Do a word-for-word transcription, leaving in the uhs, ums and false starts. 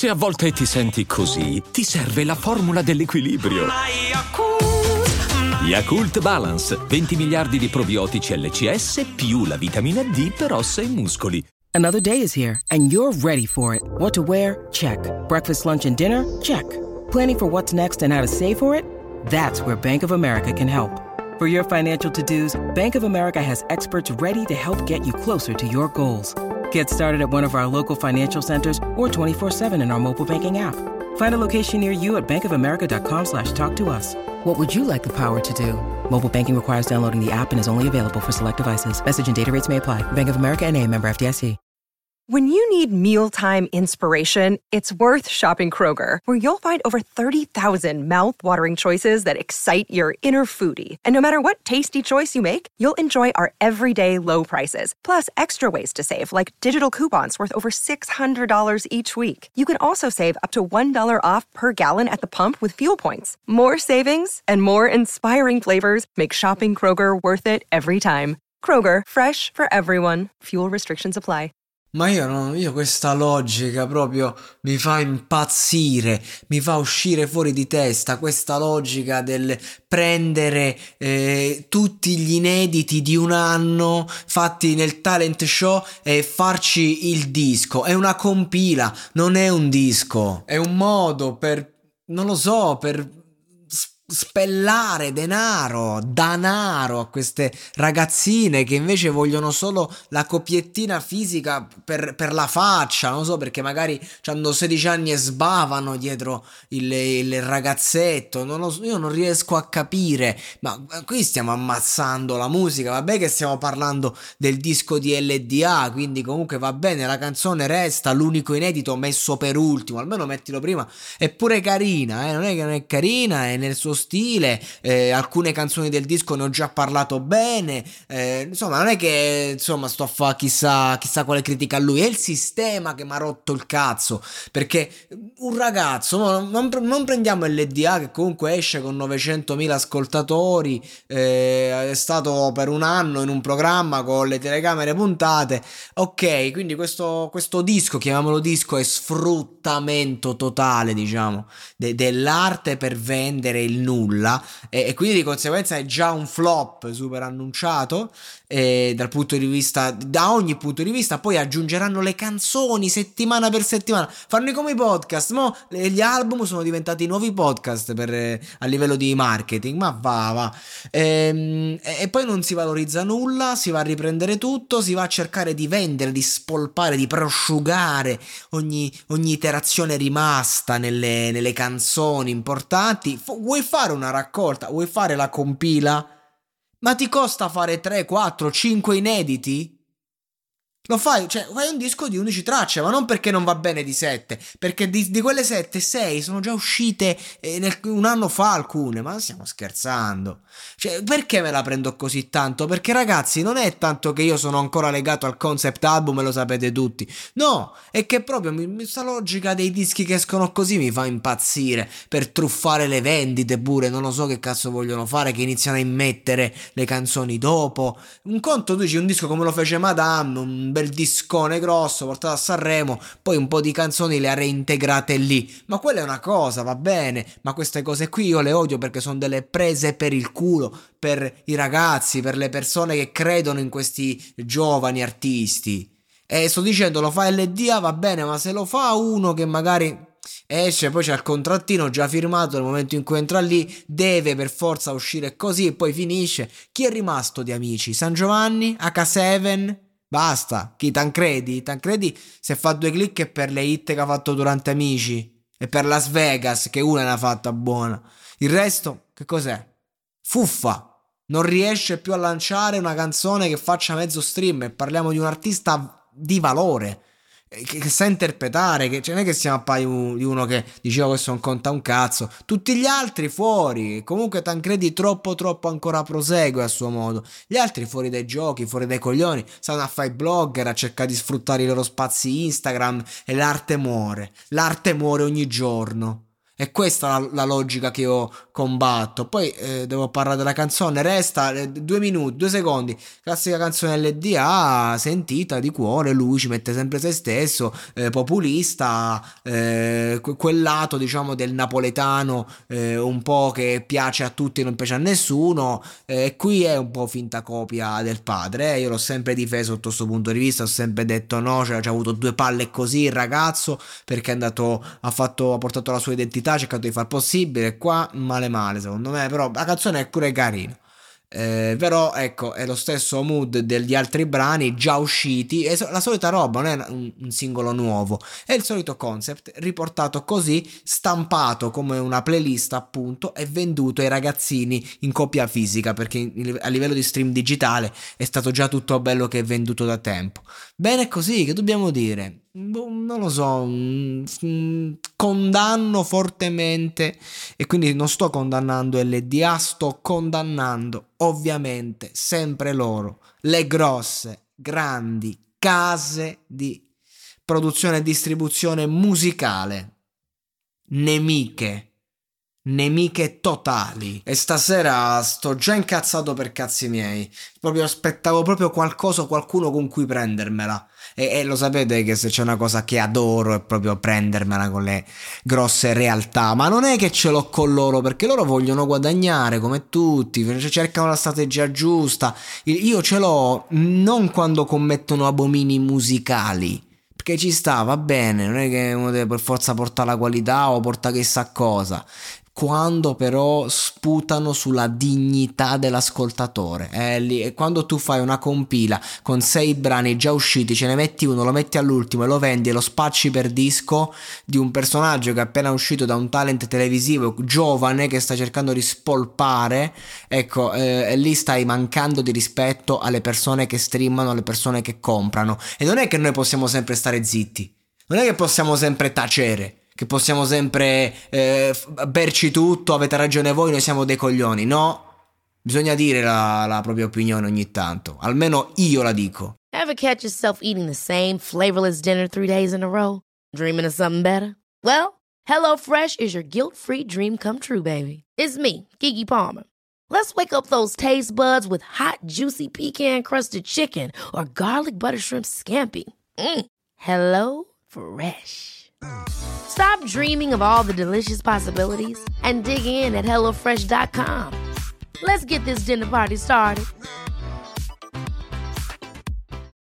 Se a volte ti senti così, ti serve la formula dell'equilibrio. Yakult Balance, venti miliardi di probiotici L C S più la vitamina D per ossa e muscoli. Another day is here, and you're ready for it. What to wear? Check. Breakfast, lunch, and dinner? Check. Planning for what's next and how to save for it? That's where Bank of America can help. For your financial to-dos, Bank of America has experts ready to help get you closer to your goals. Get started at one of our local financial centers or twenty-four seven in our mobile banking app. Find a location near you at bankofamerica.com slash talk to us. What would you like the power to do? Mobile banking requires downloading the app and is only available for select devices. Message and data rates may apply. Bank of America N A, member F D I C. When you need mealtime inspiration, it's worth shopping Kroger, where you'll find over thirty thousand mouth-watering choices that excite your inner foodie. And no matter what tasty choice you make, you'll enjoy our everyday low prices, plus extra ways to save, like digital coupons worth over six hundred dollars each week. You can also save up to one dollar off per gallon at the pump with fuel points. More savings and more inspiring flavors make shopping Kroger worth it every time. Kroger, fresh for everyone. Fuel restrictions apply. Ma io no, io questa logica proprio mi fa impazzire, mi fa uscire fuori di testa, questa logica del prendere eh, tutti gli inediti di un anno fatti nel talent show e farci il disco. È una compila, non è un disco, è un modo per, non lo so, per spellare denaro, danaro a queste ragazzine che invece vogliono solo la coppiettina fisica per, per la faccia, non so, perché magari hanno sedici anni e sbavano dietro il, il ragazzetto, non lo so, io non riesco a capire, ma qui stiamo ammazzando la musica, vabbè che stiamo parlando del disco di L D A, quindi comunque va bene, la canzone resta l'unico inedito messo per ultimo, almeno mettilo prima, è pure carina, eh? Non è che non è carina, è nel suo stile, eh, alcune canzoni del disco ne ho già parlato bene, eh, insomma non è che insomma sto a fare chissà, chissà quale critica a lui, è il sistema che mi ha rotto il cazzo, perché un ragazzo, no, non, non prendiamo L D A che comunque esce con novecentomila ascoltatori, eh, è stato per un anno in un programma con le telecamere puntate, ok, quindi questo, questo disco, chiamiamolo disco, è sfruttamento totale, diciamo, de- dell'arte per vendere il nulla, e, e quindi di conseguenza è già un flop super annunciato, e dal punto di vista, da ogni punto di vista. Poi aggiungeranno le canzoni settimana per settimana, fanno come i podcast, mo gli album sono diventati nuovi podcast per, eh, a livello di marketing, ma va va ehm, e, e poi non si valorizza nulla, si va a riprendere tutto, si va a cercare di vendere, di spolpare, di prosciugare ogni, ogni iterazione rimasta nelle, nelle canzoni importanti. F- vuoi fare una raccolta, vuoi fare la compila, ma ti costa fare tre, quattro, cinque inediti? Lo fai, cioè fai un disco di undici tracce, ma non perché non va bene di sette, perché di, di quelle sette, sei sono già uscite eh, nel, un anno fa alcune, ma stiamo scherzando. Cioè, perché me la prendo così tanto? Perché ragazzi, non è tanto che io sono ancora legato al concept album e lo sapete tutti, no, è che proprio questa logica dei dischi che escono così mi fa impazzire, per truffare le vendite pure, non lo so che cazzo vogliono fare, che iniziano a immettere le canzoni dopo. Un conto, tu dici un disco come lo fece Madame, un bel discone grosso portato a Sanremo, poi un po' di canzoni le ha reintegrate lì, ma quella è una cosa, va bene, ma queste cose qui io le odio perché sono delle prese per il culo per i ragazzi, per le persone che credono in questi giovani artisti. E sto dicendo, lo fa L D A, va bene, ma se lo fa uno che magari esce, poi c'è il contrattino già firmato, nel momento in cui entra lì deve per forza uscire così e poi finisce. Chi è rimasto di amici? San Giovanni? H sette? Basta. Chi? Tancredi? Tancredi se fa due click per le hit che ha fatto durante Amici e per Las Vegas, che una ne ha fatta buona. Il resto che cos'è? Fuffa. Non riesce più a lanciare una canzone che faccia mezzo stream, e parliamo di un artista di valore che, che sa interpretare, che cioè non è che stiamo a parlare di uno che diceva questo non conta un cazzo, tutti gli altri fuori. Comunque Tancredi troppo troppo ancora prosegue a suo modo, gli altri fuori dai giochi, fuori dai coglioni, stanno a fare i blogger, a cercare di sfruttare i loro spazi Instagram, e l'arte muore, l'arte muore ogni giorno. È questa la, la logica che io combatto. Poi eh, devo parlare della canzone, resta eh, due minuti, due secondi. Classica canzone L D A, sentita di cuore, lui ci mette sempre se stesso, eh, populista, eh, quel lato diciamo del napoletano eh, un po' che piace a tutti, non piace a nessuno. Eh, qui è un po' finta copia del padre, eh. Io l'ho sempre difeso sotto questo punto di vista, ho sempre detto no, cioè, c'ha avuto due palle così il ragazzo, perché è andato, ha fatto, ha portato la sua identità, ha cercato di far possibile, qua male male secondo me, però la canzone è pure carina. Eh, però ecco, è lo stesso mood degli altri brani già usciti, è la solita roba, non è un, un singolo nuovo, è il solito concept riportato così, stampato come una playlist appunto e venduto ai ragazzini in copia fisica, perché a livello di stream digitale è stato già tutto bello che è venduto da tempo. Bene così, che dobbiamo dire? Non lo so, condanno fortemente, e quindi non sto condannando L D A, sto condannando ovviamente sempre loro, le grosse, grandi case di produzione e distribuzione musicale, nemiche. Nemiche totali. E stasera sto già incazzato per cazzi miei. Proprio aspettavo proprio qualcosa, qualcuno con cui prendermela. E, e lo sapete che se c'è una cosa che adoro è proprio prendermela con le grosse realtà. Ma non è che ce l'ho con loro, perché loro vogliono guadagnare come tutti, cercano la strategia giusta. Io ce l'ho non quando commettono abomini musicali, perché ci sta, va bene, non è che uno deve per forza portare la qualità o portare chissà cosa. Quando però sputano sulla dignità dell'ascoltatore, è lì. E quando tu fai una compila con sei brani già usciti, ce ne metti uno, lo metti all'ultimo e lo vendi e lo spacci per disco di un personaggio che è appena uscito da un talent televisivo giovane che sta cercando di spolpare, ecco, eh, e lì stai mancando di rispetto alle persone che streamano, alle persone che comprano. E non è che noi possiamo sempre stare zitti, non è che possiamo sempre tacere, che possiamo sempre eh, berci tutto, avete ragione voi, noi siamo dei coglioni. No, bisogna dire la, la propria opinione ogni tanto, almeno io la dico. Ever catch yourself eating the same flavorless dinner three days in a row? Dreaming of something better? Well, HelloFresh is your guilt-free dream come true, baby. It's me, Keke Palmer. Let's wake up those taste buds with hot, juicy pecan-crusted chicken or garlic butter shrimp scampi. Mm. Hello Fresh. Stop dreaming of all the delicious possibilities and dig in at hello fresh dot com. Let's get this dinner party started.